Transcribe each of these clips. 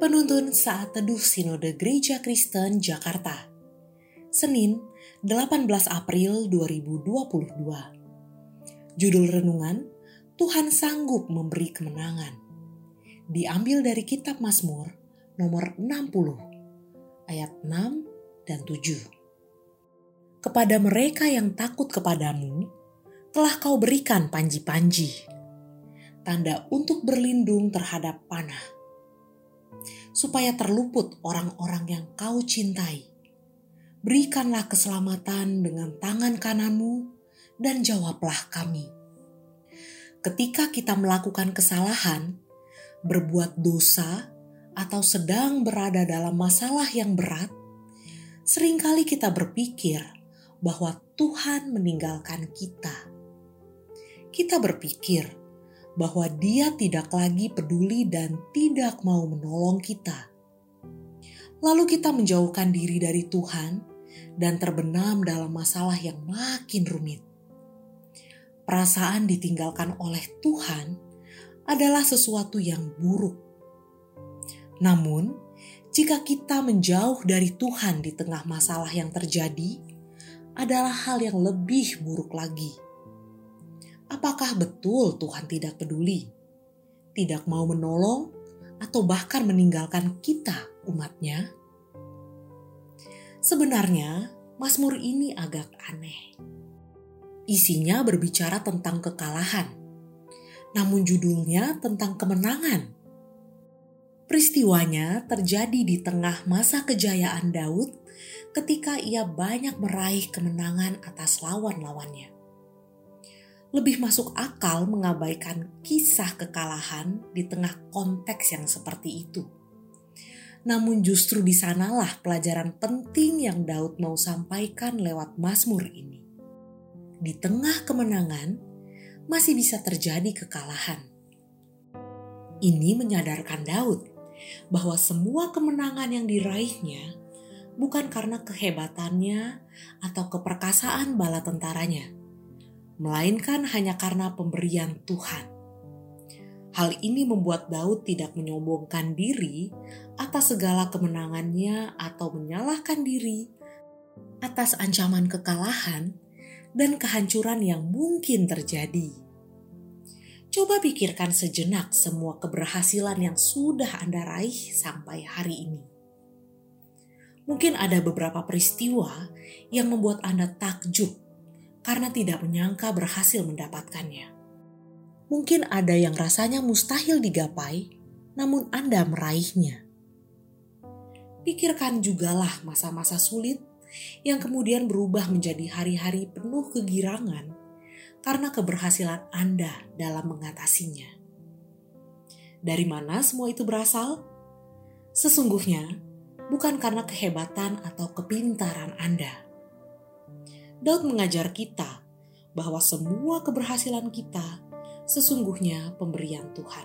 Penuntun Saat Teduh Sinode Gereja Kristen Jakarta, Senin 18 April 2022. Judul renungan, Tuhan sanggup memberi kemenangan. Diambil dari kitab Mazmur nomor 60, ayat 6 dan 7. Kepada mereka yang takut kepadamu, telah kau berikan panji-panji, tanda untuk berlindung terhadap panah, supaya terluput orang-orang yang kau cintai. Berikanlah keselamatan dengan tangan kananmu dan jawablah kami. Ketika kita melakukan kesalahan, berbuat dosa, atau sedang berada dalam masalah yang berat, seringkali kita berpikir bahwa Tuhan meninggalkan kita. Kita berpikir bahwa Dia tidak lagi peduli dan tidak mau menolong kita. Lalu kita menjauhkan diri dari Tuhan dan terbenam dalam masalah yang makin rumit. Perasaan ditinggalkan oleh Tuhan adalah sesuatu yang buruk. Namun, jika kita menjauh dari Tuhan di tengah masalah yang terjadi, adalah hal yang lebih buruk lagi. Apakah betul Tuhan tidak peduli, tidak mau menolong, atau bahkan meninggalkan kita, umat-Nya? Sebenarnya, Mazmur ini agak aneh. Isinya berbicara tentang kekalahan, namun judulnya tentang kemenangan. Peristiwanya terjadi di tengah masa kejayaan Daud ketika ia banyak meraih kemenangan atas lawan-lawannya. Lebih masuk akal mengabaikan kisah kekalahan di tengah konteks yang seperti itu. Namun justru di sanalah pelajaran penting yang Daud mau sampaikan lewat Mazmur ini. Di tengah kemenangan, masih bisa terjadi kekalahan. Ini menyadarkan Daud bahwa semua kemenangan yang diraihnya bukan karena kehebatannya atau keperkasaan bala tentaranya, melainkan hanya karena pemberian Tuhan. Hal ini membuat Daud tidak menyombongkan diri atas segala kemenangannya atau menyalahkan diri atas ancaman kekalahan dan kehancuran yang mungkin terjadi. Coba pikirkan sejenak semua keberhasilan yang sudah Anda raih sampai hari ini. Mungkin ada beberapa peristiwa yang membuat Anda takjub karena tidak menyangka berhasil mendapatkannya. Mungkin ada yang rasanya mustahil digapai, namun Anda meraihnya. Pikirkan jugalah masa-masa sulit yang kemudian berubah menjadi hari-hari penuh kegirangan karena keberhasilan Anda dalam mengatasinya. Dari mana semua itu berasal? Sesungguhnya bukan karena kehebatan atau kepintaran Anda. Daud mengajar kita bahwa semua keberhasilan kita sesungguhnya pemberian Tuhan.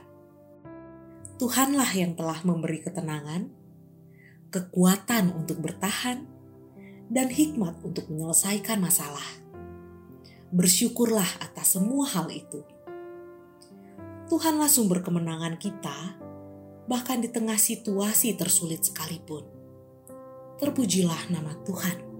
Tuhanlah yang telah memberi ketenangan, kekuatan untuk bertahan, dan hikmat untuk menyelesaikan masalah. Bersyukurlah atas semua hal itu. Tuhanlah sumber kemenangan kita, bahkan di tengah situasi tersulit sekalipun. Terpujilah nama Tuhan.